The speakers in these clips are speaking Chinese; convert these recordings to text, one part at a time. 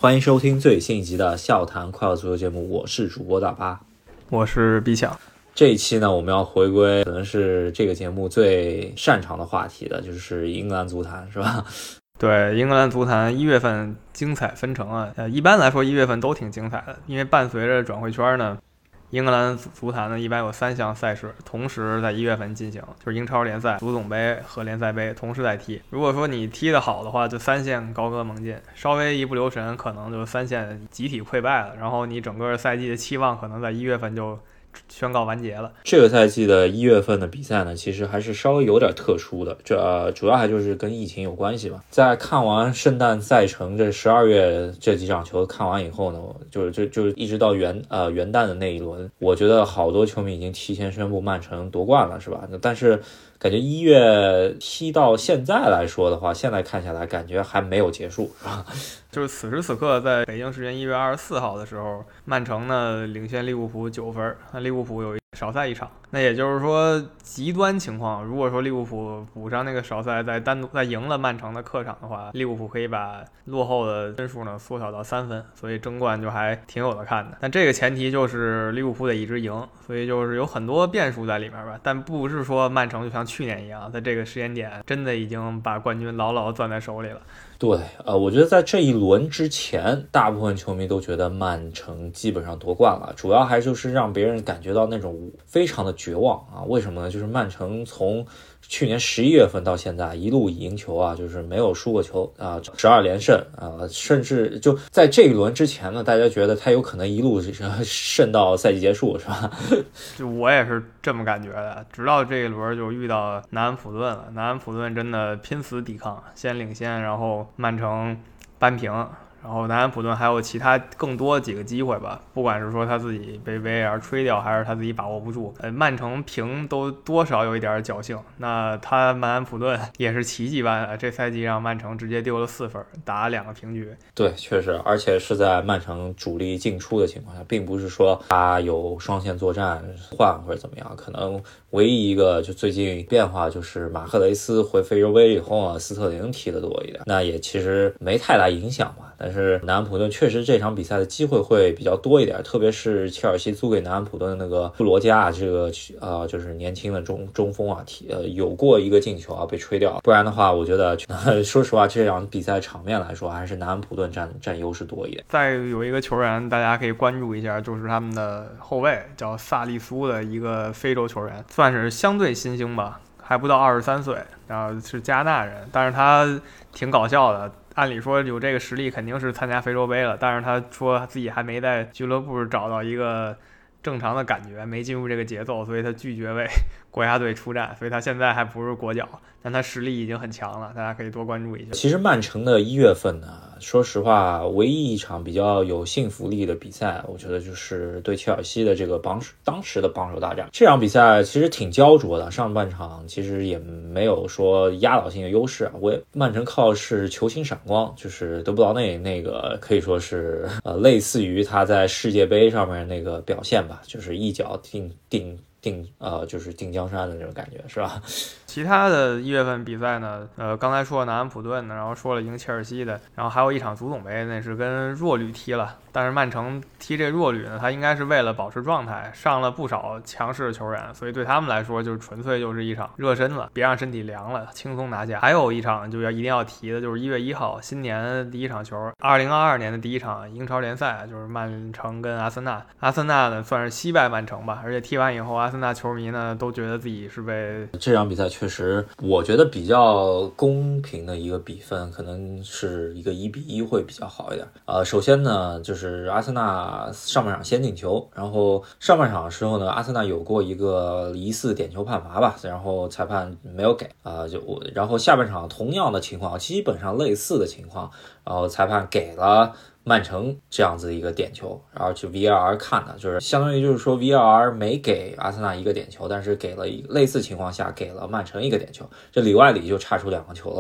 欢迎收听最新一集的笑谈快乐足球节目，我是主播大巴， 我是毕强。 这一期呢，我们要回归可能是这个节目最擅长的话题的，就是英格兰足坛，是吧？ 对，英格兰足坛1月份精彩纷呈啊。一般来说1月份都挺精彩的，因为伴随着转会圈呢，英格兰足坛呢一般有3项赛事同时在1月份进行，就是英超联赛、足总杯和联赛杯同时在踢。如果说你踢得好的话，就3线高歌猛进；稍微一不留神，可能就3线集体溃败了，然后你整个赛季的期望可能在1月份就宣告完结了。 这个赛季的1月份的比赛呢，其实还是稍微有点特殊的，主要还就是跟疫情有关系吧。在看完圣诞赛程这12月这几场球看完以后呢，就一直到元旦的那一轮，我觉得好多球迷已经提前宣布曼城夺冠了，是吧？但是感觉1月踢到现在来说的话，现在看下来感觉还没有结束，是吧？ 就是此时此刻，在北京时间1月24号的时候，曼城呢领先利物浦9分，那利物浦有少赛1场。那也就是说，极端情况，如果说利物浦补上那个少赛，再赢了曼城的客场的话，利物浦可以把落后的分数呢缩小到3分，所以争冠就还挺有的看的。但这个前提就是利物浦得一直赢，所以就是有很多变数在里面吧。但不是说曼城就像去年一样，在这个时间点真的已经把冠军牢牢攥在手里了。 对，我觉得在这一轮之前，大部分球迷都觉得曼城基本上夺冠了，主要还就是让别人感觉到那种非常的绝望啊。为什么呢？就是曼城从去年11月份到现在一路赢球啊，就是没有输过球啊，12连胜啊，甚至就在这一轮之前呢，大家觉得他有可能一路胜到赛季结束，是吧？ 就我也是这么感觉的，直到这一轮就遇到南安普顿了，南安普顿真的拼死抵抗，先领先，然后曼城扳平，然后南安普顿还有其他更多几个机会吧，不管是说他自己被 VAR 吹掉，还是他自己把握不住，曼城平都多少有一点侥幸。那他南安普顿也是奇迹般的，这赛季让曼城直接丢了4分，打2个平局。 对，确实，而且是在曼城主力进出的情况下，并不是说他有双线作战换或者怎么样，可能唯一一个就最近变化就是马赫雷斯回非洲杯以后啊，斯特林踢得多一点，那也其实没太大影响吧。但是南安普顿确实这场比赛的机会会比较多一点，特别是切尔西租给南安普顿的那个布罗加这个就是年轻的中锋啊，有过一个进球啊被吹掉，不然的话我觉得说实话这场比赛场面来说还是南安普顿占优势多一点。 再有一个球员大家可以关注一下，就是他们的后卫叫萨利苏的一个非洲球员，算是相对新星吧，还不到23岁，然后是加拿大人，但是他挺搞笑的。按理说有这个实力肯定是参加非洲杯了，但是他说自己还没在俱乐部找到一个正常的感觉，没进入这个节奏，所以他拒绝为国家队出战，所以他现在还不是国脚，但他实力已经很强了，大家可以多关注一下。 其实曼城的1月份呢，说实话唯一一场比较有信服力的比赛，我觉得就是对切尔西的这个当时的榜首大战。这场比赛其实挺焦灼的，上半场其实也没有说压倒性的优势啊，曼城靠的是球星闪光，就是德布劳内那个可以说是类似于他在世界杯上面那个表现吧，就是一脚就是定江山的那种感觉，是吧？ 其他的1月份比赛呢，刚才说了南安普顿的，然后说了赢切尔西的，然后还有一场足总杯，那是跟弱旅踢了。但是曼城踢这弱旅呢，他应该是为了保持状态，上了不少强势的球员，所以对他们来说就纯粹就是一场热身了，别让身体凉了，轻松拿下。还有一场就一定要提的，就是1月1号新年第一场球，2022年的第一场英超联赛，就是曼城跟阿森纳。阿森纳呢算是惜败曼城吧，而且踢完以后，阿森纳球迷呢都觉得自己是被这场比赛确实，我觉得比较公平的一个比分，可能是一个1-1会比较好一点。首先呢，就是阿森纳上半场先进球，然后上半场的时候呢，阿森纳有过一个疑似点球判罚吧，然后裁判没有给然后下半场同样的情况，基本上类似的情况，然后裁判给了曼城这样子的一个点球，然后去 VAR 看的，就是相当于就是说 VAR 没给阿森纳一个点球，但是给了类似情况下给了曼城一个点球，这里外里就差出2个球了嘛。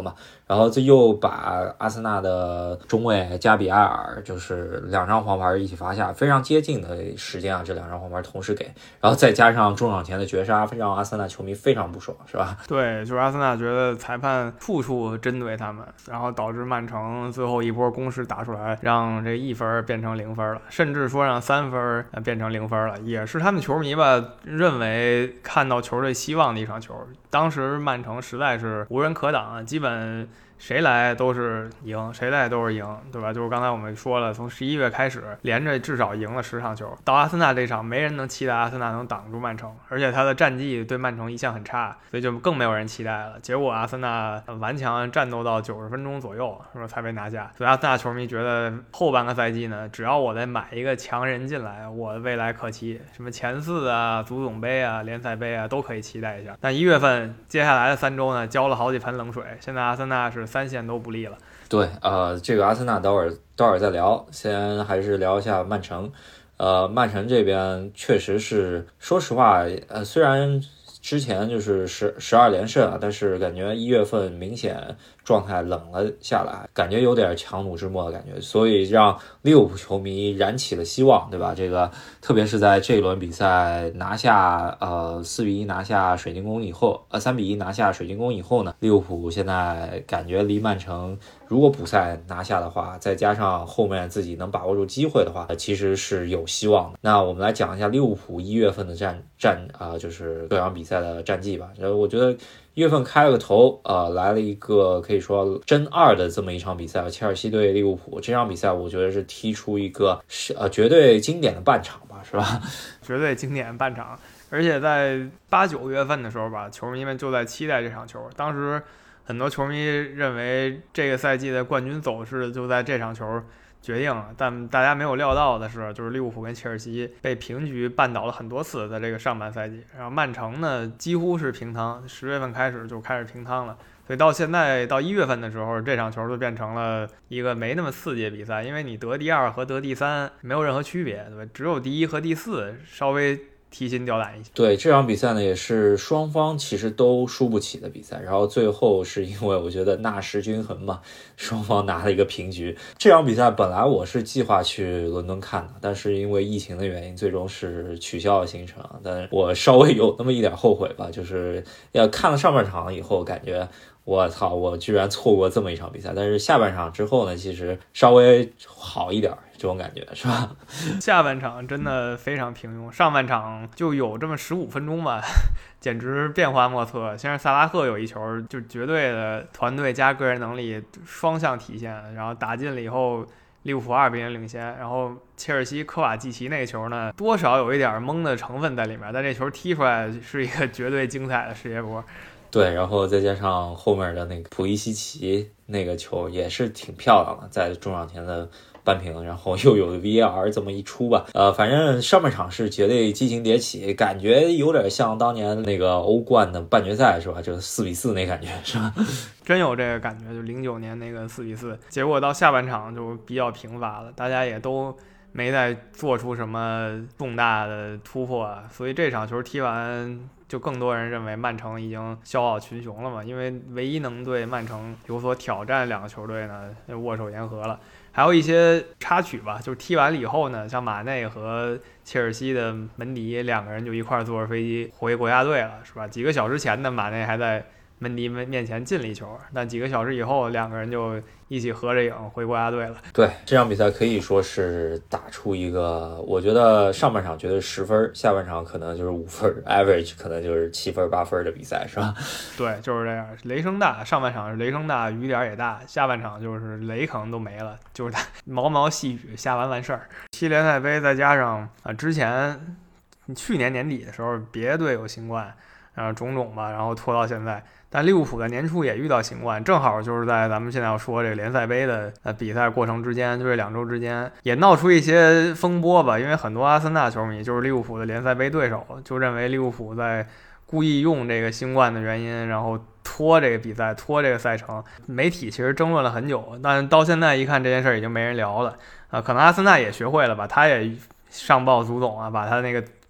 然后这又把阿森纳的中卫加比埃尔就是2张黄牌一起罚下，非常接近的时间啊，这2张黄牌同时给，然后再加上中场前的绝杀，让阿森纳球迷非常不爽，是吧？ 对，就是阿森纳觉得裁判处处针对他们，然后导致曼城最后一波攻势打出来，让这1分变成0分了，甚至说让3分变成0分了，也是他们球迷吧认为看到球队希望的一场球。当时曼城实在是无人可挡，基本谁来都是赢，谁来都是赢，对吧？就是刚才我们说了，从11月开始，连着至少赢了10场球。到阿森纳这场，没人能期待阿森纳能挡住曼城，而且他的战绩对曼城一向很差，所以就更没有人期待了。结果阿森纳顽强战斗到90分钟左右，是吧，才被拿下。所以阿森纳球迷觉得后半个赛季呢，只要我再买一个强人进来，我的未来可期，什么前4啊、足总杯啊、联赛杯啊，都可以期待一下。但1月份接下来的3周呢，浇了好几盆冷水，现在阿森纳是3线都不利了。 对，这个阿森纳待会儿再聊，先还是聊一下曼城。曼城这边确实是，说实话，虽然之前就是12连胜啊，但是感觉1月份明显状态冷了下来，感觉有点强弩之末的感觉，所以让利物浦球迷燃起了希望，对吧？这个特别是在这一轮比赛拿下4-1拿下水晶宫以后，3-1拿下水晶宫以后呢，利物浦现在感觉离曼城如果补赛拿下的话，再加上后面自己能把握住机会的话，其实是有希望的。那我们来讲一下利物浦1月份的就是各场比赛的战绩吧。然后我觉得1月份开了个头，来了一个可以说真2的这么一场比赛，切尔西对利物浦。这场比赛我觉得是踢出一个绝对经典的半场吧，是吧？ 绝对经典半场。而且在8、9月份的时候吧，球迷们就在期待这场球。当时很多球迷认为这个赛季的冠军走势就在这场球决定了，但大家没有料到的是，就是利物浦跟切尔西被平局绊倒了很多次，在这个上半赛季。然后曼城呢，几乎是平汤，10月份开始就开始平汤了。所以到现在到1月份的时候，这场球就变成了一个没那么刺激的比赛，因为你得第2和得第3没有任何区别，对吧？只有第1和第4稍微提心吊胆一些。 对，这场比赛呢也是双方其实都输不起的比赛，然后最后是因为我觉得纳什均衡嘛，双方拿了一个平局。这场比赛本来我是计划去伦敦看的，但是因为疫情的原因最终是取消了行程，但是我稍微有那么一点后悔吧，就是要看了上半场以后感觉我操，我居然错过这么一场比赛。但是下半场之后呢，其实稍微好一点，这种感觉是吧？ 下半场真的非常平庸，上半场就有这么15分钟吧，简直变化莫测。先是萨拉赫有一球，就绝对的团队加个人能力双向体现，然后打进了以后，利物浦2-0领先。然后切尔西科瓦季奇那个球呢，多少有一点懵的成分在里面，但这球踢出来是一个绝对精彩的世界波。 对，然后再加上后面的那个普利西奇那个球也是挺漂亮的，在中场前的扳平，然后又有 VAR 这么一出吧，反正上半场是绝对激情迭起，感觉有点像当年那个欧冠的半决赛是吧？就4-4那感觉是吧？ 真有这个感觉，就09年那个4-4，结果到下半场就比较平乏了，大家也都没再做出什么重大的突破，所以这场球踢完，就更多人认为曼城已经笑傲群雄了嘛，因为唯一能对曼城有所挑战两个球队呢，握手言和了。还有一些插曲吧，就是踢完了以后呢，像马内和切尔西的门迪两个人就一块坐着飞机回国家队了，是吧？几个小时前呢，马内还在门迪面前进了一球，但几个小时以后，两个人就一起合着影回国家队了。 对，这场比赛可以说是打出一个，我觉得上半场绝对10分，下半场可能就是5分 ，average 可能就是7分8分的比赛，是吧？ 对，就是这样，雷声大，上半场是雷声大，雨点也大，下半场就是雷可能都没了，就是毛毛细雨下完事儿。7联赛杯再加上之前去年年底的时候，别队有新冠，然后种种吧，然后拖到现在。但利物浦在年初也遇到新冠，正好就是在咱们现在要说这个联赛杯的比赛过程之间，就这2周之间也闹出一些风波吧。因为很多阿森纳球迷就是利物浦的联赛杯对手，就认为利物浦在故意用这个新冠的原因，然后拖这个比赛，拖这个赛程。媒体其实争论了很久，但到现在一看这件事已经没人聊了可能阿森纳也学会了吧，他也上报足总把他那个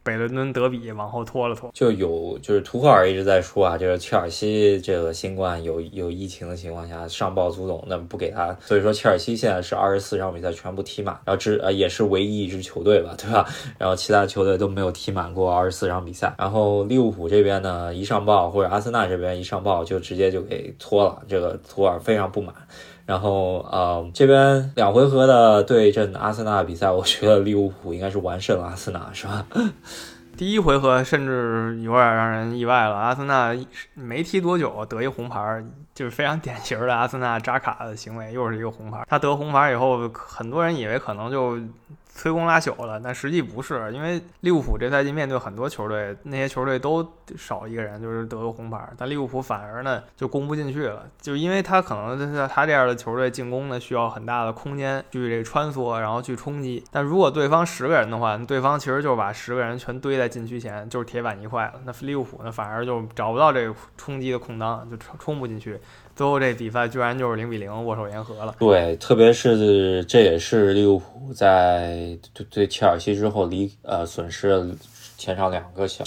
北伦敦德比往后拖了拖。 就是图赫尔一直在说啊，就是切尔西这个新冠有疫情的情况下上报足总，那不给他，所以说切尔西现在是24场比赛全部踢满，然后也是唯一一支球队吧，对吧？然后其他球队都没有踢满过24场比赛。然后利物浦这边呢，一上报或者阿森纳这边一上报就直接就给拖了，这个图尔非常不满。然后这边2回合的对阵阿森纳的比赛，我觉得利物浦应该是完胜了阿森纳，是吧？ 第一回合甚至有点让人意外了，阿森纳没踢多久得一红牌，就是非常典型的阿森纳扎卡的行为，又是一个红牌。他得红牌以后，很多人以为可能就摧枯拉朽了，但实际不是，因为利物浦这赛季面对很多球队，那些球队都少一个人，就是得个红牌，但利物浦反而呢就攻不进去了，就因为他可能就是他这样的球队进攻呢需要很大的空间去这个穿梭，然后去冲击。但如果对方10个人的话，对方其实就把10个人全堆在禁区前，就是铁板一块了。那利物浦呢反而就找不到这个冲击的空当，就冲不进去。最后这比赛居然就是0-0握手言和了。 对，特别是这也是利物浦在对切尔西之后损失了全场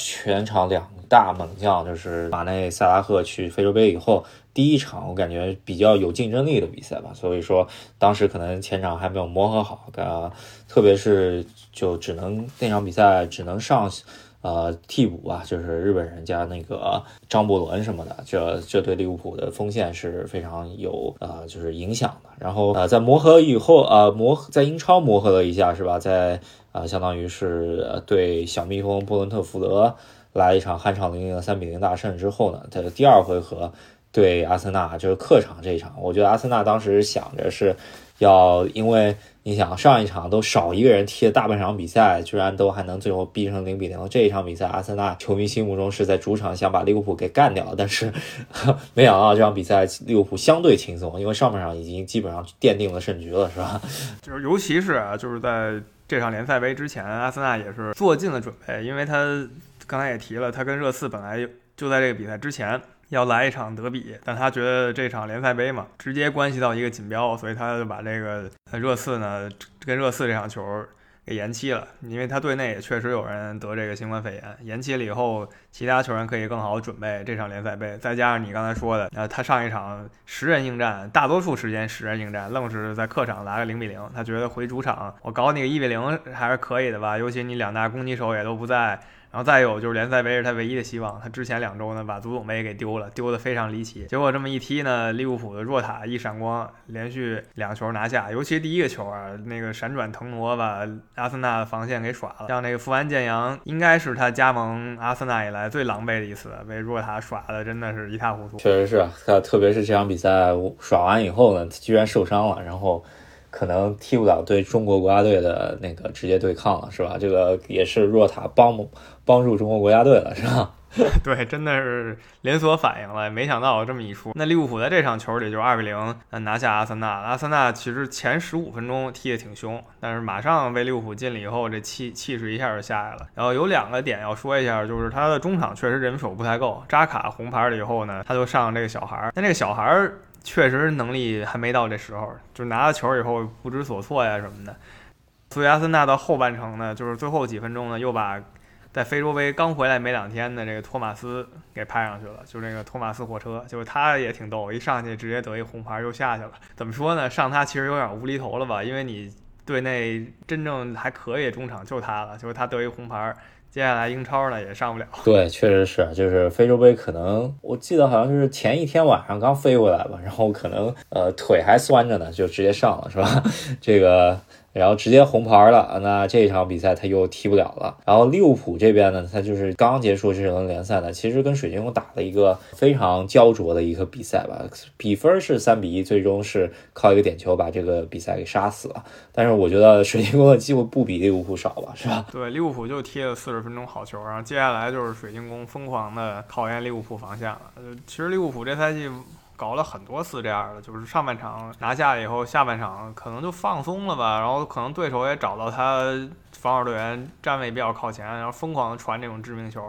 2大猛将，就是马内、萨拉赫去非洲杯以后第一场我感觉比较有竞争力的比赛吧，所以说当时可能前场还没有磨合好，特别是就那场比赛只能上替补啊，就是日本人加那个张伯伦什么的，这对利物浦的锋线是非常有就是影响的。然后在磨合以后在英超磨合了一下是吧，在相当于是对小蜜蜂波伦特福德来一场酣畅淋漓的3-0大胜之后呢，他的第2回合对阿森纳就是客场这一场，我觉得阿森纳当时想着是因为你想上一场都少一个人踢了大半场比赛，居然都还能最后逼成0-0，这一场比赛阿森纳球迷心目中是在主场想把利物浦给干掉，但是没想到这场比赛利物浦相对轻松，因为上半场已经基本上奠定了胜局了，是吧？ 就是尤其是就是在这场联赛杯之前，阿森纳也是做尽了准备，因为他刚才也提了，他跟热刺本来就在这个比赛之前要来一场德比，但他觉得这场联赛杯嘛，直接关系到一个锦标，所以他就把这个热刺呢跟热刺这场球给延期了，因为他队内也确实有人得这个新冠肺炎，延期了以后，其他球员可以更好准备这场联赛杯，再加上你刚才说的，他上一场10人应战，大多数时间10人应战，愣是在客场来个0-0，他觉得回主场我搞你个1-0还是可以的吧，尤其你2大攻击手也都不在。然后再有就是联赛杯是他唯一的希望，他之前2周呢把足总杯给丢得非常离奇，结果这么一踢呢，利物浦的若塔一闪光，连续2球拿下，尤其第一个球啊，那个闪转腾挪把阿森纳的防线给耍了，像那个富安健洋应该是他加盟阿森纳以来最狼狈的一次，被若塔耍的真的是一塌糊涂。 确实是他，特别是这场比赛耍完以后呢，居然受伤了，然后可能踢不了对中国国家队的那个直接对抗了，是吧？这个也是若塔帮助中国国家队了，是吧？ 对，真的是连锁反应了，没想到有这么一出。那利物浦在这场球里就2-0拿下阿森纳。阿森纳其实前15分钟踢得挺凶，但是马上被利物浦进了以后，这气势一下就下来了。然后有2个点要说一下，就是他的中场确实人手不太够，扎卡红牌了以后呢，他就上这个小孩，但这个小孩确实能力还没到这时候，就是拿了球以后不知所措呀什么的。所以阿森纳到后半程呢，就是最后几分钟呢，又把在非洲杯刚回来没2天的这个托马斯给派上去了，就这个托马斯火车，就是他也挺逗，一上去直接得一红牌又下去了。怎么说呢？上他其实有点无厘头了吧？因为你队内真正还可以中场就他了，就是他得一红牌，接下来英超呢也上不了。 对，确实是，就是非洲杯可能我记得好像是前一天晚上刚飞过来吧，然后可能腿还酸着呢，就直接上了，是吧？这个。然后直接红牌了，那这一场比赛他又踢不了了。然后利物浦这边呢，他就是刚结束这轮联赛呢，其实跟水晶宫打了一个非常焦灼的一个比赛吧，比分是3-1，最终是靠一个点球把这个比赛给杀死了。但是我觉得水晶宫的机会不比利物浦少吧，是吧？ 对，利物浦就踢了40分钟好球，然后接下来就是水晶宫疯狂的考验利物浦防线了。其实利物浦这赛季搞了很多次这样的，就是上半场拿下了以后，下半场可能就放松了吧，然后可能对手也找到他防守队员站位比较靠前，然后疯狂的传这种致命球，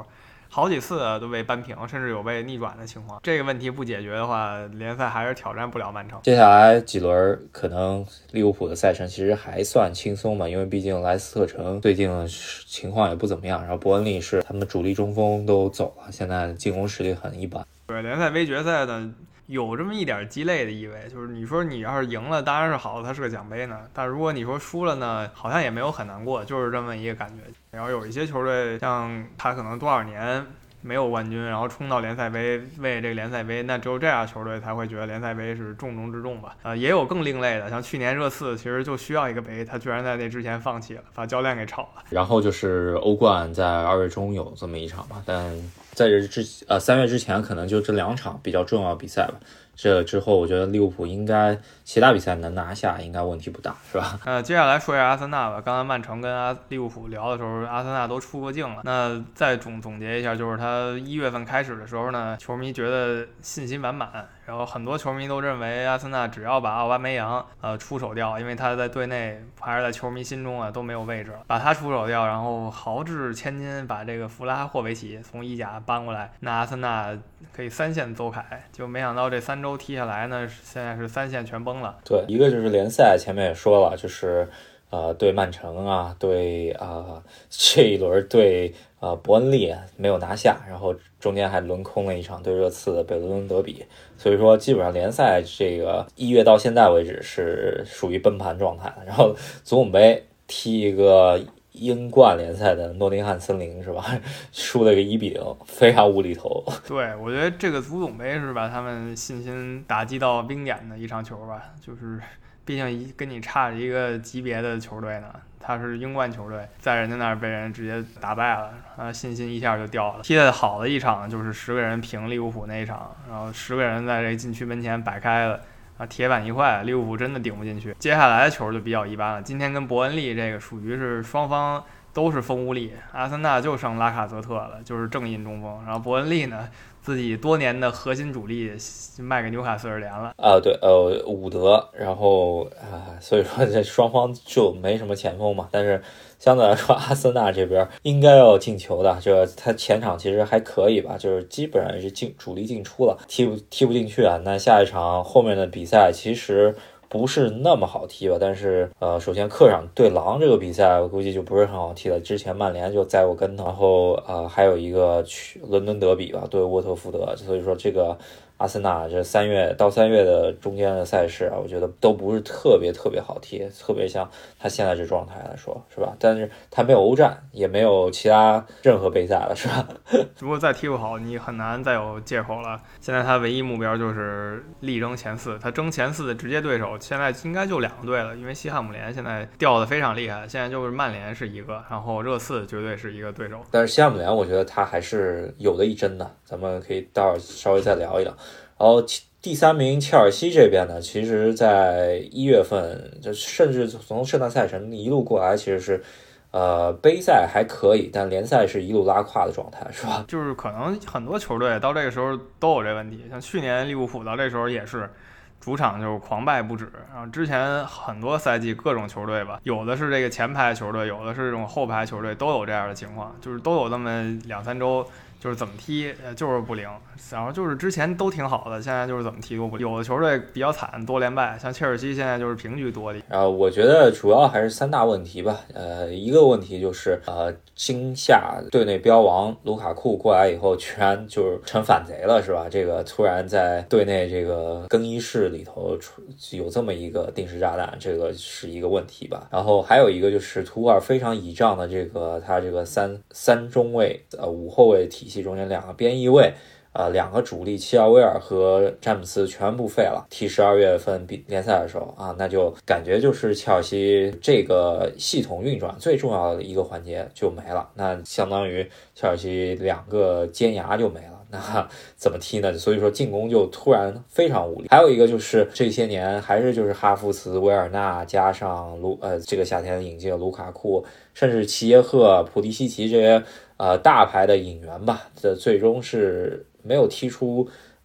好几次都被扳平，甚至有被逆转的情况。这个问题不解决的话，联赛还是挑战不了曼城。 接下来几轮可能利物浦的赛程其实还算轻松嘛，因为毕竟莱斯特城最近情况也不怎么样，然后伯恩利是他们的主力中锋都走了，现在进攻实力很一般。 对，联赛杯决赛呢有这么一点鸡肋的意味，就是你说你要是赢了当然是好，它是个奖杯呢，但如果你说输了呢，好像也没有很难过，就是这么一个感觉。然后有一些球队像他可能多少年没有冠军，然后冲到联赛杯，为这个联赛杯，那只有这样球队才会觉得联赛杯是重中之重吧。也有更另类的，像去年热刺其实就需要一个杯，他居然在那之前放弃了，把教练给炒了。 然后就是欧冠在2月中有这么一场吧，但在这3月之前可能就这2场比较重要的比赛吧。这之后我觉得利物浦应该其他比赛能拿下，应该问题不大，是吧？ 接下来说一下阿森纳吧。刚才曼城跟利物浦聊的时候，阿森纳都出过境了。那再总结一下，就是他1月份开始的时候呢，球迷觉得信心满满，然后很多球迷都认为阿森纳只要把奥巴梅扬出手掉，因为他在队内还是在球迷心中都没有位置了，把他出手掉，然后豪掷千金把这个弗拉霍维奇从意甲搬过来，那阿森纳可以3线走开。就没想到这3周踢下来呢，现在是3线全崩了。 对，一个就是联赛前面也说了，就是对曼城啊，对这一轮对伯恩利没有拿下，然后中间还轮空了一场对热刺的北伦敦德比，所以说基本上联赛这个1月到现在为止是属于崩盘状态，然后足总杯踢一个英冠联赛的诺丁汉森林是吧？输了个1-0，非常无厘头。 对，我觉得这个足总杯是把他们信心打击到冰点的一场球吧，就是毕竟跟你差着一个级别的球队呢，他是英冠球队，在人家那儿被人直接打败了，信心一下就掉了。踢得好的一场就是10个人平利物浦那一场，然后10个人在这禁区门前摆开了。铁板一块，利物浦真的顶不进去。接下来的球就比较一般了。今天跟伯恩利这个属于是双方都是风无力，阿森纳就剩拉卡泽特了，就是正印中锋。然后伯恩利呢，自己多年的核心主力卖给纽卡斯尔联了。 对，伍德，然后所以说这双方就没什么前锋嘛，但是相对来说，阿森纳这边应该要进球的，这他前场其实还可以吧，就是基本上是主力进出了，踢不进去啊。那下一场后面的比赛其实不是那么好踢吧，但是首先客场对狼这个比赛我估计就不是很好踢了，之前曼联就栽过跟头，然后还有一个去伦敦德比吧，对沃特福德，所以说这个阿森纳这3月到3月的中间的赛事我觉得都不是特别好踢，特别像他现在这状态来说，是吧？但是他没有欧战，也没有其他任何杯赛了，是吧？ 如果再踢不好，你很难再有借口了。现在他唯一目标就是力争前4，他争前4的直接对手现在应该就2个队了，因为西汉姆联现在掉得非常厉害，现在就是曼联是一个，然后热刺绝对是一个对手。 但是西汉姆联我觉得他还是有的一争的，咱们可以待会儿稍微再聊一聊。然后第3名切尔西这边呢，其实在1月份就甚至从圣诞赛程一路过来，其实是杯赛还可以，但联赛是一路拉胯的状态，是吧？ 就是可能很多球队到这个时候都有这问题，像去年利物浦到这时候也是主场就是狂败不止，然后之前很多赛季各种球队吧，有的是这个前排球队，有的是这种后排球队，都有这样的情况，就是都有那么2-3周就是怎么踢就是不灵，然后就是之前都挺好的，现在就是怎么踢都不灵。有的球队比较惨，多连败，像切尔西现在就是平局多的。 然后我觉得主要还是3大问题吧。一个问题就是今夏队内标王卢卡库过来以后，居然就是成反贼了，是吧？这个突然在队内这个更衣室里头有这么一个定时炸弹，这个是一个问题吧。然后还有一个就是图赫尔非常倚仗的这个他这个三中卫5后卫体系中间2个边翼位2个主力齐奥威尔和詹姆斯全部废了，踢12月份联赛的时候那就感觉就是切尔西这个系统运转最重要的一个环节就没了，那相当于切尔西2个尖牙就没了。那怎么踢呢？所以说进攻就突然非常无力。还有一个就是这些年还是就是哈弗茨、维尔纳加上这个夏天引进了卢卡库，甚至齐耶赫、普利西奇这些大牌的引援吧，这最终是没有踢出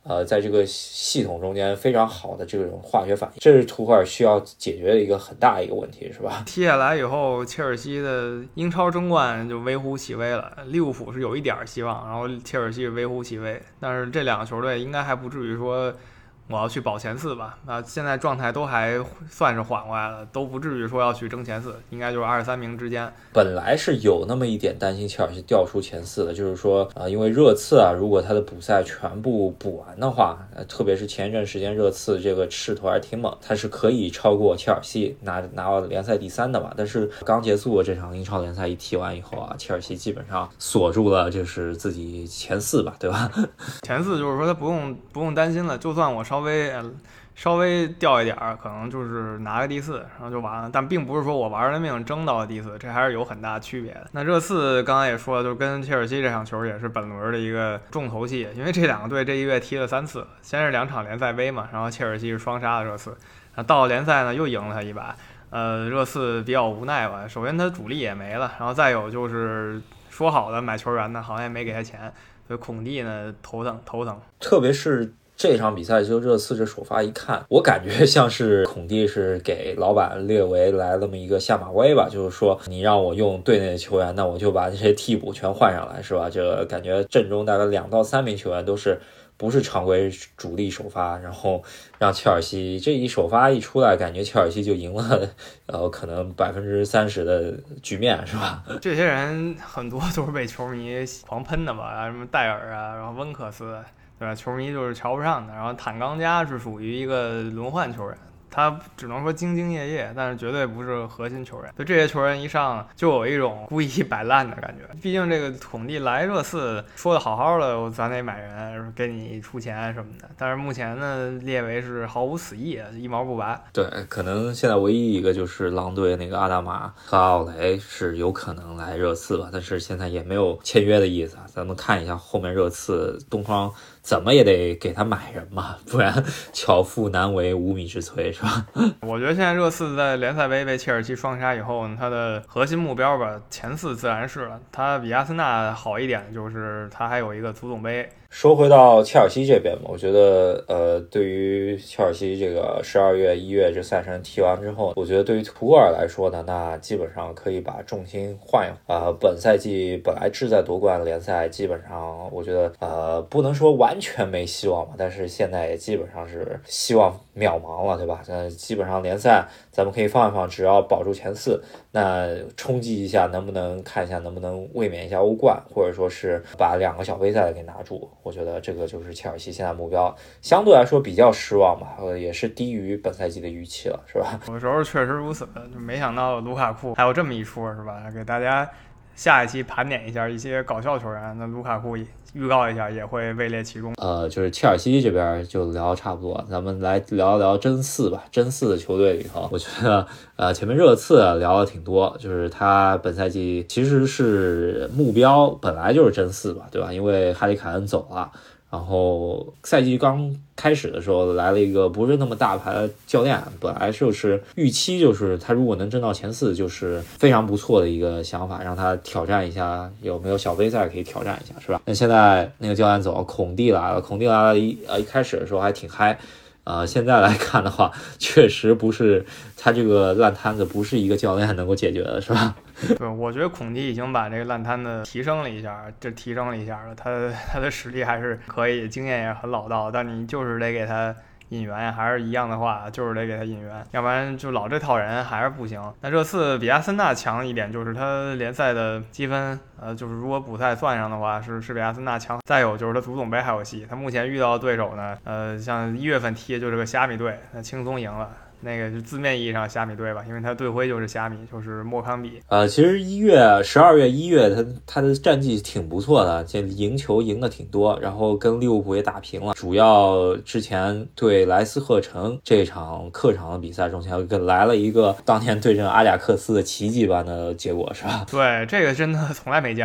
在这个系统中间非常好的这种化学反应，这是图赫尔需要解决的一个很大一个问题，是吧？ 踢下来以后，切尔西的英超争冠就微乎其微了，利物浦是有一点希望，然后切尔西是微乎其微，但是这两个球队应该还不至于说我要去保前4吧，现在状态都还算是缓过来了，都不至于说要去争前4，应该就是2、3名之间。 本来是有那么一点担心切尔西掉出前4的，就是说因为热刺如果他的补赛全部补完的话，特别是前一阵时间热刺这个势头还挺猛，他是可以超过切尔西拿到联赛第3的嘛。但是刚结束的这场英超联赛一踢完以后切尔西基本上锁住了就是自己前4吧，对吧？ 前4就是说他不用担心了，就算我稍微掉一点可能就是拿个第4，然后就完了。但并不是说我玩了命争到了第4，这还是有很大区别的。那热刺刚才也说了，就跟切尔西这场球也是本轮的一个重头戏，因为这两个队这一月踢了3次，先是2场联赛杯嘛，然后切尔西是双杀了热刺，然后到了联赛呢又赢了他一把。热刺比较无奈吧，首先他主力也没了，然后再有就是说好的买球员呢，好像也没给他钱，所以孔蒂呢头疼， 特别是这场比赛就热刺这首发一看，我感觉像是孔蒂是给老板列为来那么一个下马威吧，就是说你让我用队内的球员，那我就把这些替补全换上来，是吧？这感觉阵中大概2到3名球员都是不是常规主力首发，然后让切尔西这一首发一出来，感觉切尔西就赢了可能30%的局面，是吧？ 这些人很多都是被球迷狂喷的吧，什么戴尔然后温克斯，对吧？球迷就是瞧不上的。然后坦冈加是属于一个轮换球员，他只能说兢兢业业，但是绝对不是核心球员。就这些球员一上就有一种故意摆烂的感觉。毕竟这个孔蒂来热刺说的好好的，咱得买人，给你出钱什么的。但是目前呢，列为是毫无此意，一毛不拔。 对，可能现在唯一一个就是狼队那个阿达玛和奥雷是有可能来热刺吧，但是现在也没有签约的意思。咱们看一下后面热刺东方怎么也得给他买人嘛，不然巧妇难为无米之炊，是吧？ 我觉得现在热刺在联赛杯被切尔西双杀以后呢，他的核心目标吧，前4自然是了。他比阿森纳好一点，就是他还有一个足总杯。 说回到切尔西这边嘛，我觉得对于切尔西这个12月1月这赛程踢完之后，我觉得对于图赫尔来说呢，那基本上可以把重心换一换。本赛季本来志在夺冠联赛，基本上我觉得不能说完全没希望吧，但是现在也基本上是希望渺茫了，对吧？基本上联赛咱们可以放一放，只要保住前4，那冲击一下看一下能不能卫冕一下欧冠，或者说是把2个小杯赛给拿住。我觉得这个就是切尔西现在目标，相对来说比较失望吧，也是低于本赛季的预期了，是吧？ 有时候确实如此，就没想到卢卡库还有这么一出，是吧？给大家下一期盘点一下一些搞笑球员，那卢卡库预告一下也会位列其中。 就是切尔西这边就聊差不多，咱们来聊一聊真4吧。真4的球队里头，我觉得前面热刺聊了挺多，就是他本赛季其实是目标本来就是真4吧，对吧？因为哈里凯恩走了。然后赛季刚开始的时候来了一个不是那么大牌的教练，本来就是预期就是他如果能争到前4就是非常不错的一个想法，让他挑战一下有没有小杯赛可以挑战一下，是吧？那现在那个教练走，孔蒂来了，一开始的时候还挺嗨。现在来看的话，确实不是他这个烂摊子，不是一个教练能够解决的，是吧？ 对，我觉得孔蒂已经把这个烂摊子提升了一下，他的实力还是可以，经验也很老道，但你就是得给他引援，还是一样的话，就是得给他引援，要不然就老这套人还是不行。那热刺比阿森纳强一点，就是他联赛的积分，就是如果补赛算上的话，是比阿森纳强。再有就是他足总杯还有戏，他目前遇到的对手呢，像1月份踢的就是个虾米队，那轻松赢了。那个是字面意义上虾米队吧，因为他队徽就是虾米，就是莫康比。 其实12月1月他的战绩挺不错的，这赢球赢的挺多，然后跟利物浦也打平了。主要之前对莱斯特城这场客场的比赛中间来了一个当年对阵阿贾克斯的奇迹般的结果，是吧？ 对，这个真的从来没见过。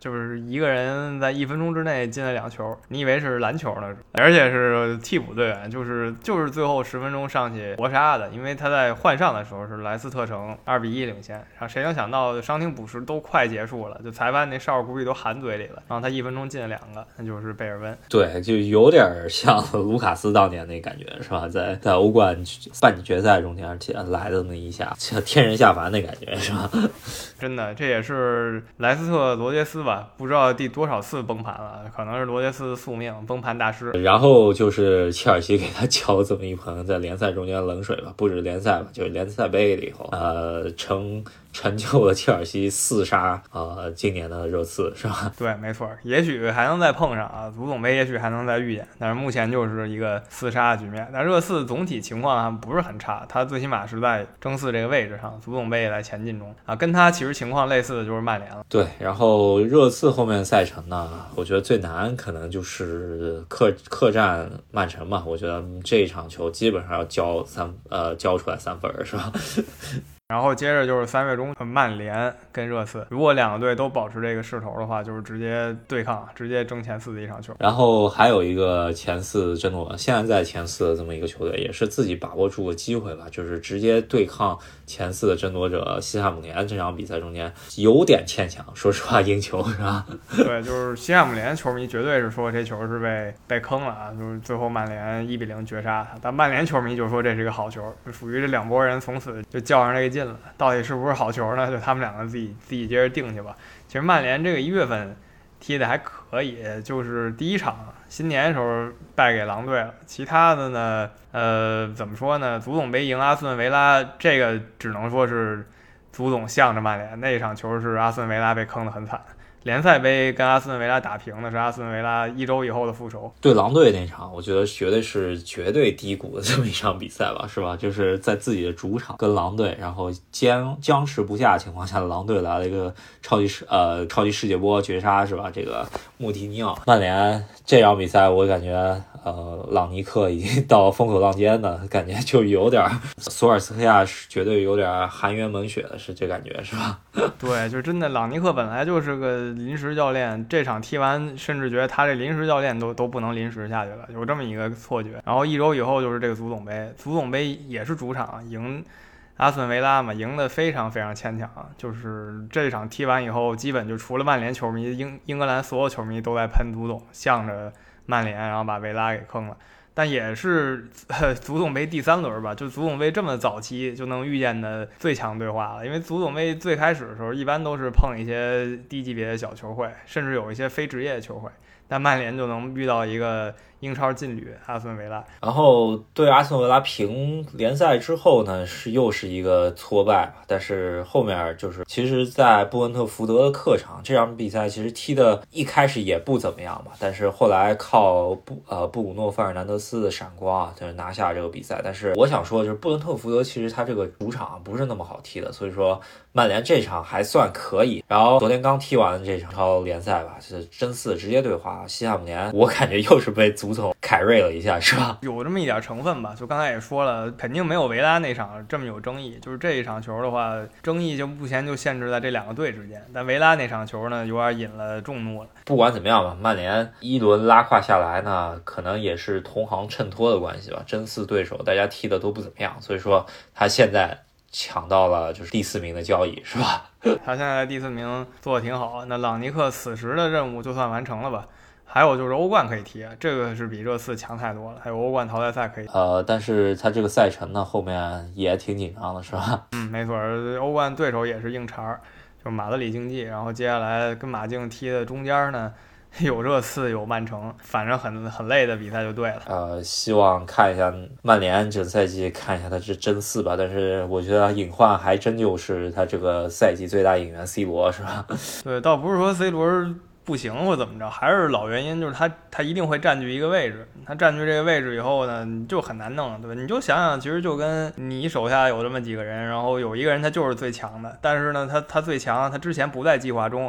就是一个人在1分钟之内进了2球，你以为是篮球呢？而且是替补队员，就是最后10分钟上去搏杀的，因为他在换上的时候是莱斯特城2-1领先，然后谁能想到伤停补时都快结束了，就裁判那哨估计都含嘴里了，然后他1分钟进了2个，那就是贝尔温。 对，就有点像卢卡斯当年那感觉是吧？在欧冠半决赛中间来的那一下，天人下凡那感觉是吧？ 真的，这也是莱斯特罗杰斯吧，不知道第多少次崩盘了，可能是罗杰斯的宿命，崩盘大师。 然后就是切尔西给他浇这么一盆在联赛中间冷水吧，不止联赛吧，就是联赛杯了以后，成就了切尔西4杀今年的热刺是吧？ 对，没错，也许还能再碰上啊，足总杯也许还能再遇见，但是目前就是一个4杀的局面。但热刺总体情况还不是很差，他最起码是在争4这个位置上，足总杯也在前进中啊，跟他其实情况类似的就是曼联了。 对，然后热刺后面赛程呢，我觉得最难可能就是客战曼城嘛，我觉得这一场球基本上要交出来3分是吧？ 然后接着就是3月中曼联跟热刺，如果两个队都保持这个势头的话，就是直接对抗，直接争前4的一场球。 然后还有一个前4争夺，现在在前4的这么一个球队，也是自己把握住了机会吧，就是直接对抗前4的争夺者西汉姆联。这场比赛中间有点牵强，说实话赢球是吧？ 对，就是西汉姆联球迷绝对是说这球是被坑了啊，就是最后曼联1-0绝杀他，但曼联球迷就说这是一个好球，就属于这两拨人从此就较上这个劲了，到底是不是好球呢？就他们两个自己接着定去吧。其实曼联这个1月份踢的还可以，就是第一场新年的时候败给狼队了，其他的呢，怎么说呢？足总杯赢阿斯顿维拉，这个只能说是足总向着曼联，那一场球是阿斯顿维拉被坑得很惨。联赛杯跟阿斯顿维拉打平的是阿斯顿维拉1周以后的复仇。 对狼队那场，我觉得绝对低谷的这么一场比赛吧，是吧？就是在自己的主场跟狼队，然后僵持不下的情况下，狼队来了一个超级世界波绝杀，是吧？这个穆蒂尼奥，曼联这场比赛我感觉朗尼克已经到风口浪尖的感觉，就有点索尔斯克亚是绝对有点寒渊冷血的，是这感觉是吧？ 对，就真的朗尼克本来就是个临时教练，这场踢完甚至觉得他这临时教练都不能临时下去了，有这么一个错觉。然后1周以后就是这个足总杯，足总杯也是主场赢阿斯顿维拉嘛，赢得非常非常牵强，就是这场踢完以后，基本就除了曼联球迷，英格兰所有球迷都在喷足总，向着曼联，然后把维拉给坑了。但也是足总杯第3轮吧，就足总杯这么早期就能遇见的最强对话了。因为足总杯最开始的时候，一般都是碰一些低级别的小球会，甚至有一些非职业球会，但曼联就能遇到一个英超劲旅阿斯顿维拉。 然后对阿斯顿维拉平联赛之后呢，又是一个挫败吧。但是后面就是，其实，在布恩特福德的客场这场比赛，其实踢的一开始也不怎么样吧。但是后来靠布鲁诺·费尔南德斯的闪光就是拿下这个比赛。但是我想说，就是布恩特福德其实他这个主场不是那么好踢的，所以说曼联这场还算可以。然后昨天刚踢完这场超联赛吧，是争4直接对话西汉姆联，我感觉又是被足总凯瑞了一下，是吧？ 有这么一点成分吧，就刚才也说了，肯定没有维拉那场这么有争议。就是这一场球的话，争议就目前就限制在这2个队之间。但维拉那场球呢，有点引了众怒了。 不管怎么样吧，曼联1轮拉胯下来呢，可能也是同行衬托的关系吧。争4对手，大家踢的都不怎么样，所以说他现在抢到了就是第4名的交易，是吧？ 他现在第4名做得挺好，那朗尼克此时的任务就算完成了吧。还有就是欧冠可以踢，这个是比热刺强太多了。还有欧冠淘汰赛可以踢。 但是他这个赛程呢，后面也挺紧张的，是吧？ 没错，欧冠对手也是硬茬，就是马德里竞技，然后接下来跟马竞踢的中间呢，有热刺有曼城，反正很累的比赛就对了。 希望看一下曼联整赛季，看一下他这争4吧。但是我觉得隐患还真就是他这个赛季最大引援 C 罗，是吧？ 对，倒不是说 C 罗不行或怎么着，还是老原因，就是他一定会占据一个位置，他占据这个位置以后呢，你就很难弄，对吧？你就想想，其实就跟你手下有这么几个人，然后有一个人他就是最强的，但是呢，他最强，他之前不在计划中，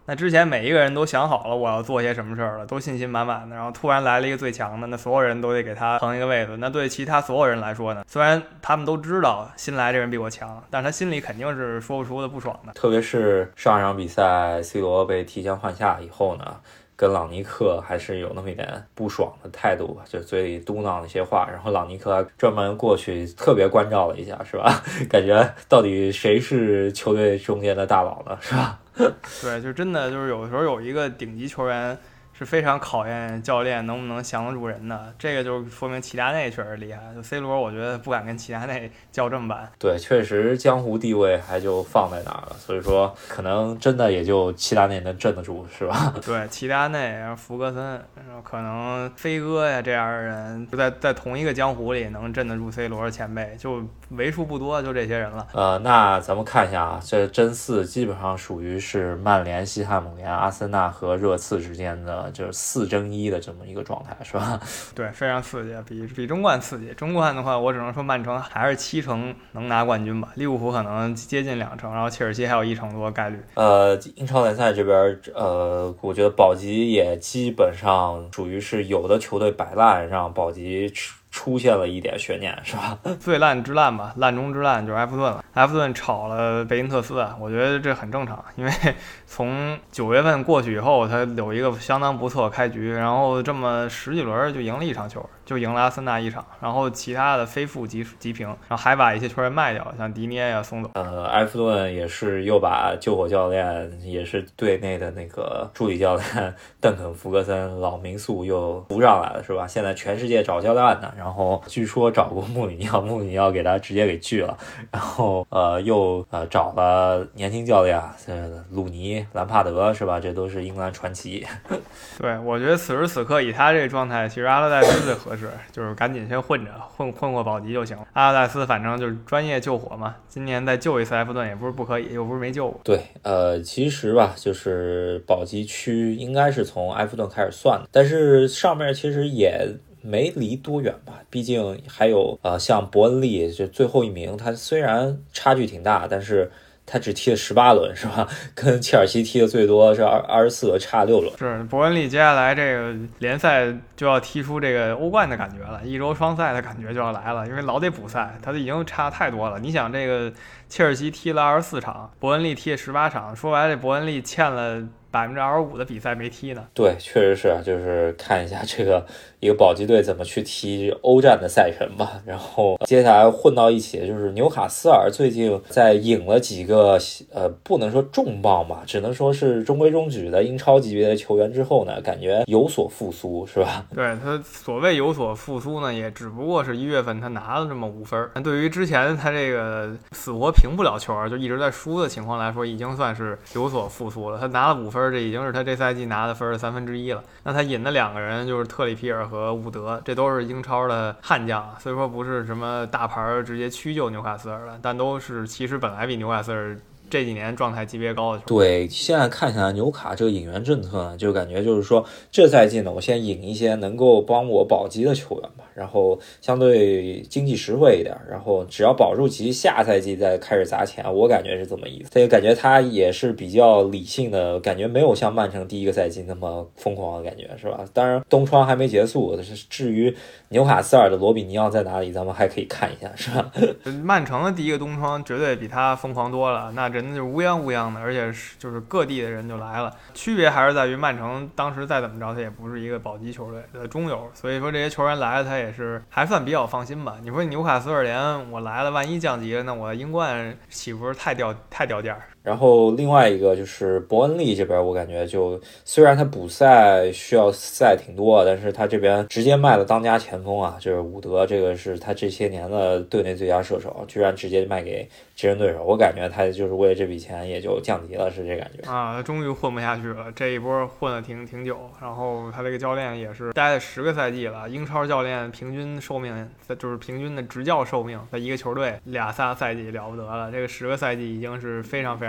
那之前每一个人都想好了我要做些什么事儿了，都信心满满的，然后突然来了一个最强的，那所有人都得给他腾一个位子。那对其他所有人来说呢，虽然他们都知道新来这人比我强，但是他心里肯定是说不出的不爽的。 特别是上一场比赛 C 罗被提前换下以后呢，跟朗尼克还是有那么一点不爽的态度吧，就嘴里嘟囔了一些话，然后朗尼克专门过去特别关照了一下，是吧？感觉到底谁是球队中间的大佬呢，是吧？ 对，就真的就是有的时候有一个顶级球员是非常考验教练能不能降得住人的，这个就说明齐达内确实厉害。就 C 罗，我觉得不敢跟齐达内较这么板。 对，确实江湖地位还就放在哪儿了，所以说可能真的也就齐达内能镇得住，是吧？ 对，齐达内、福格森，然后可能飞哥呀这样的人，就在同一个江湖里能镇得住 C 罗的前辈，就为数不多，就这些人了。 那咱们看一下啊，这争四基本上属于是曼联、西汉姆联、阿森纳和热刺之间的就是4争1的这么一个状态，是吧？ 对，非常刺激，比中冠刺激。中冠的话，我只能说曼城还是70%能拿冠军吧，利物浦可能接近2成，然后切尔西还有1成多概率。 英超联赛这边，我觉得保级也基本上属于是有的球队摆烂，让保级出现了一点悬念，是吧？ 最烂之烂吧，烂中之烂就是埃弗顿了。埃弗顿炒了贝因特斯啊，我觉得这很正常，因为从9月份过去以后，他有一个相当不错的开局，然后这么10几轮就赢了1场球，就赢了阿森纳1场，然后其他的非负即平，然后还把一些球员卖掉，像迪涅呀送走。 埃弗顿也是又把救火教练，也是队内的那个助理教练邓肯·福格森老民宿又扶上来了，是吧？现在全世界找教练呢。然后据说找过穆里尼奥，穆里尼奥给他直接给拒了，然后又找了年轻教练鲁尼、兰帕德，是吧？这都是英格兰传奇。 对，我觉得此时此刻以他这个状态，其实阿勒代斯最合适，就是赶紧先混过保级就行了。阿勒代斯反正就是专业救火嘛，今年再救一次埃弗顿也不是不可以，又不是没救过。 对，其实吧，就是保级区应该是从埃弗顿开始算的，但是上面其实也没离多远吧，毕竟还有像伯恩利就最后一名，他虽然差距挺大，但是他只踢了18轮，是吧？跟切尔西踢的最多是24轮，差6轮。 是伯恩利接下来这个联赛就要踢出这个欧冠的感觉了，一周双赛的感觉就要来了，因为老得补赛，他已经差太多了。你想这个切尔西踢了24场，伯恩利踢了18场，说白了这伯恩利欠了25%的比赛没踢呢。 对，确实是，就是看一下这个一个保级队怎么去踢欧战的赛程吧。然后接下来混到一起就是纽卡斯尔最近在引了几个不能说重磅吧，只能说是中规中矩的英超级别的球员之后呢，感觉有所复苏，是吧？ 对，他所谓有所复苏呢，也只不过是1月份他拿了这么5分。那对于之前他这个死活平不了球，就一直在输的情况来说，已经算是有所复苏了。他拿了5分，这已经是他这赛季拿的分的1/3了。那他引的2个人就是特里皮尔和伍德，这都是英超的悍将，虽说不是什么大牌直接屈就纽卡斯尔了，但都是其实本来比纽卡斯尔这几年状态级别高的球。 对，现在看下来纽卡这个引援政策呢，就感觉就是说这赛季呢，我先引一些能够帮我保级的球员吧，然后相对经济实惠一点，然后只要保住级，下赛季再开始砸钱，我感觉是这么意思。所以感觉他也是比较理性的，感觉没有像曼城第一个赛季那么疯狂的感觉，是吧？当然冬窗还没结束，至于纽卡斯尔的罗比尼奥在哪里，咱们还可以看一下，是吧？ 曼城的第一个冬窗绝对比他疯狂多了，那人就是乌泱乌泱的，而且就是各地的人就来了。区别还是在于曼城当时再怎么着，他也不是一个保级球队的中游，所以说这些球员来了，他也是还算比较放心吧。你说纽卡斯尔联我来了，万一降级了，那我英冠岂不是太掉价？ 然后另外一个就是伯恩利这边，我感觉就虽然他补赛需要赛挺多，但是他这边直接卖了当家前锋啊，就是伍德，这个是他这些年的队内最佳射手，居然直接卖给竞争对手，我感觉他就是为了这笔钱也就降级了，是这感觉啊，他终于混不下去了，这一波混了挺久，然后他这个教练也是待了10个赛季了，英超教练平均寿命就是平均的执教寿命，在一个球队2-3赛季了不得了，这个10个赛季已经是非常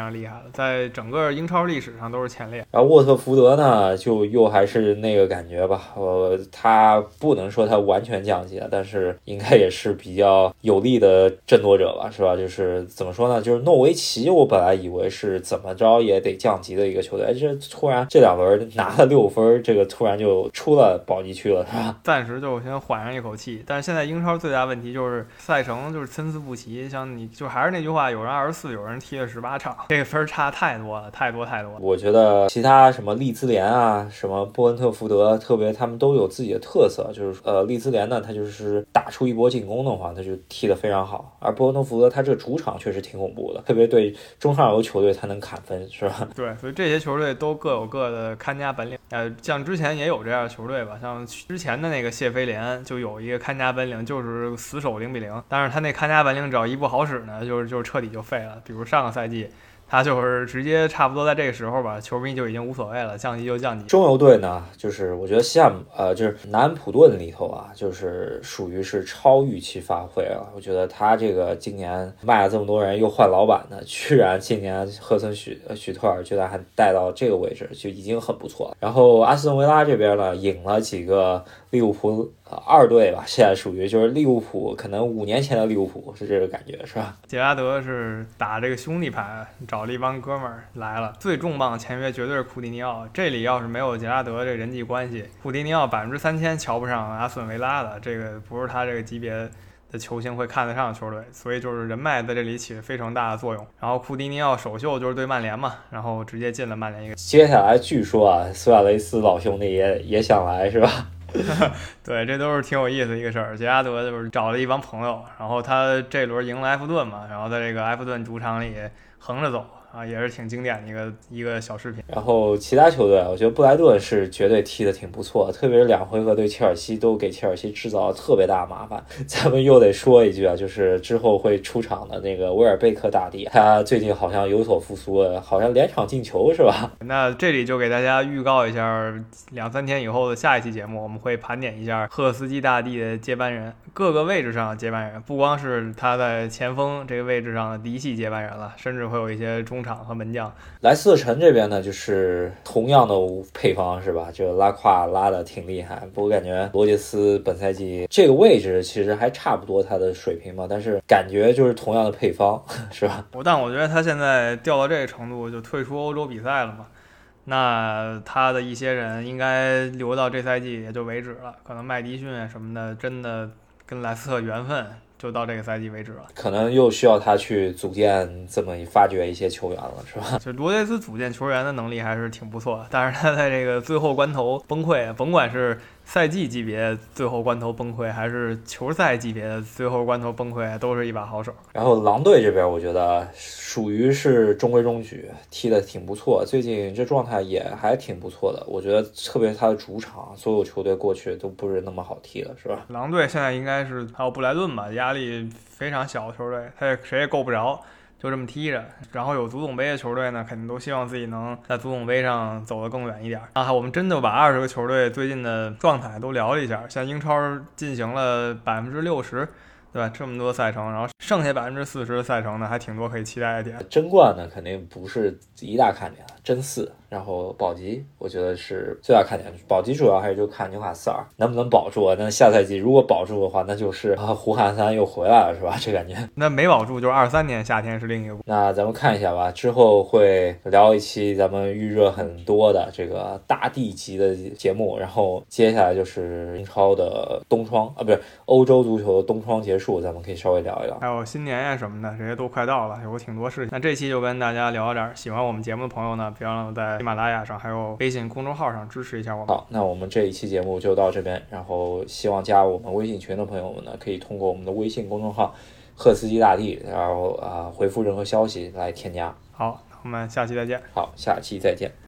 常厉害了，在整个英超历史上都是前列。 然后沃特福德呢，就又还是那个感觉吧，他不能说他完全降级了，但是应该也是比较有力的争夺者吧，是吧？就是怎么说呢？就是诺维奇，我本来以为是怎么着也得降级的一个球队，这突然这2轮拿了6分，这个突然就出了保级区了，是吧？ 暂时就先缓上一口气。但是现在英超最大问题就是赛程就是参差不齐，像你就还是那句话，有人24，有人踢了18场，这个分差太多了，太多了。 我觉得其他什么利兹联啊，什么波恩特福德，特别他们都有自己的特色，就是利兹联呢，他就是打出一波进攻的话，他就踢得非常好，而波恩特福德他这个主场确实挺恐怖的，特别对中上游球队他能砍分，是吧？ 对，所以这些球队都各有各的看家本领。像之前也有这样的球队吧，像之前的那个谢菲联就有一个看家本领，就是死守0-0，但是他那看家本领只要一不好使呢，就是彻底就废了。比如上个赛季，他就是直接差不多在这个时候吧，球迷就已经无所谓了，降级就降级。 中游队呢，就是我觉得就是南安普顿里头啊，就是属于是超预期发挥了。我觉得他这个今年卖了这么多人，又换老板呢，居然今年赫森许特尔居然还带到这个位置，就已经很不错了。然后阿斯顿维拉这边呢，引了几个利物浦二队吧，现在属于就是利物浦可能5年前的利物浦是这个感觉，是吧？ 杰拉德是打这个兄弟牌，找了一帮哥们儿来了，最重磅签约绝对是库蒂尼奥。这里要是没有杰拉德这人际关系，库蒂尼奥3000%瞧不上阿斯顿维拉的，这个不是他这个级别的球星会看得上球队，所以就是人脉在这里起了非常大的作用。然后库蒂尼奥首秀就是对曼联嘛，然后直接进了曼联一个。 接下来据说啊，苏亚雷斯老兄弟也想来，是吧？ 对，这都是挺有意思的一个事儿。杰拉德就是找了一帮朋友，然后他这轮赢了埃弗顿嘛，然后在这个埃弗顿主场里横着走啊，也是挺经典的一个小视频。 然后其他球队，我觉得布莱顿是绝对踢得挺不错的，特别是2回合对切尔西都给切尔西制造了特别大麻烦。咱们又得说一句啊，就是之后会出场的那个威尔贝克大帝，他最近好像有所复苏了，好像连场进球是吧？ 那这里就给大家预告一下2-3天以后的下一期节目，我们会盘点一下赫斯基大帝的接班人，各个位置上的接班人，不光是他在前锋这个位置上的嫡系接班人了，甚至会有一些中场和门将。 莱斯特城这边呢，就是同样的配方是吧？这拉胯拉的挺厉害，不过感觉罗杰斯本赛季这个位置其实还差不多他的水平嘛，但是感觉就是同样的配方是吧？ 但我觉得他现在掉到这个程度，就退出欧洲比赛了嘛，那他的一些人应该留到这赛季也就为止了，可能麦迪逊什么的真的跟莱斯特缘分就到这个赛季为止了， 可能又需要他去组建这么发掘一些球员了，是吧？ 就罗杰斯组建球员的能力还是挺不错的，但是他在这个最后关头崩溃，甭管是赛季级别最后关头崩溃，还是球赛级别的最后关头崩溃，都是一把好手。 然后狼队这边，我觉得属于是中规中矩，踢得挺不错，最近这状态也还挺不错的。我觉得特别是他的主场，所有球队过去都不是那么好踢的，是吧？ 狼队现在应该是还有布莱顿吧，压力非常小的球队，他也谁也够不着。就这么踢着，然后有足总杯的球队呢，肯定都希望自己能在足总杯上走得更远一点。啊，我们真的把20个球队最近的状态都聊了一下，像英超进行了60%，对吧？这么多赛程，然后剩下40%的赛程呢，还挺多可以期待的点。 争冠呢，肯定不是一大看点，争4，然后保级，我觉得是最大看点。保级主要还是就看纽卡斯尔能不能保住啊。那下赛季如果保住的话，那就是胡汉三又回来了，是吧？这感觉。 那没保住，就是23年夏天是另一个。 那咱们看一下吧，之后会聊一期咱们预热很多的这个大地级的节目，然后接下来就是英超的冬窗啊，不是欧洲足球的冬窗结束，咱们可以稍微聊一聊。 还有新年呀什么的，这些都快到了，有挺多事情。那这期就跟大家聊到这儿，喜欢我们节目的朋友呢，别忘了在喜马拉雅上还有微信公众号上支持一下我们。 好，那我们这一期节目就到这边，然后希望加我们微信群的朋友们呢，可以通过我们的微信公众号赫斯基大帝，然后回复任何消息来添加。 好，我们下期再见。 好，下期再见。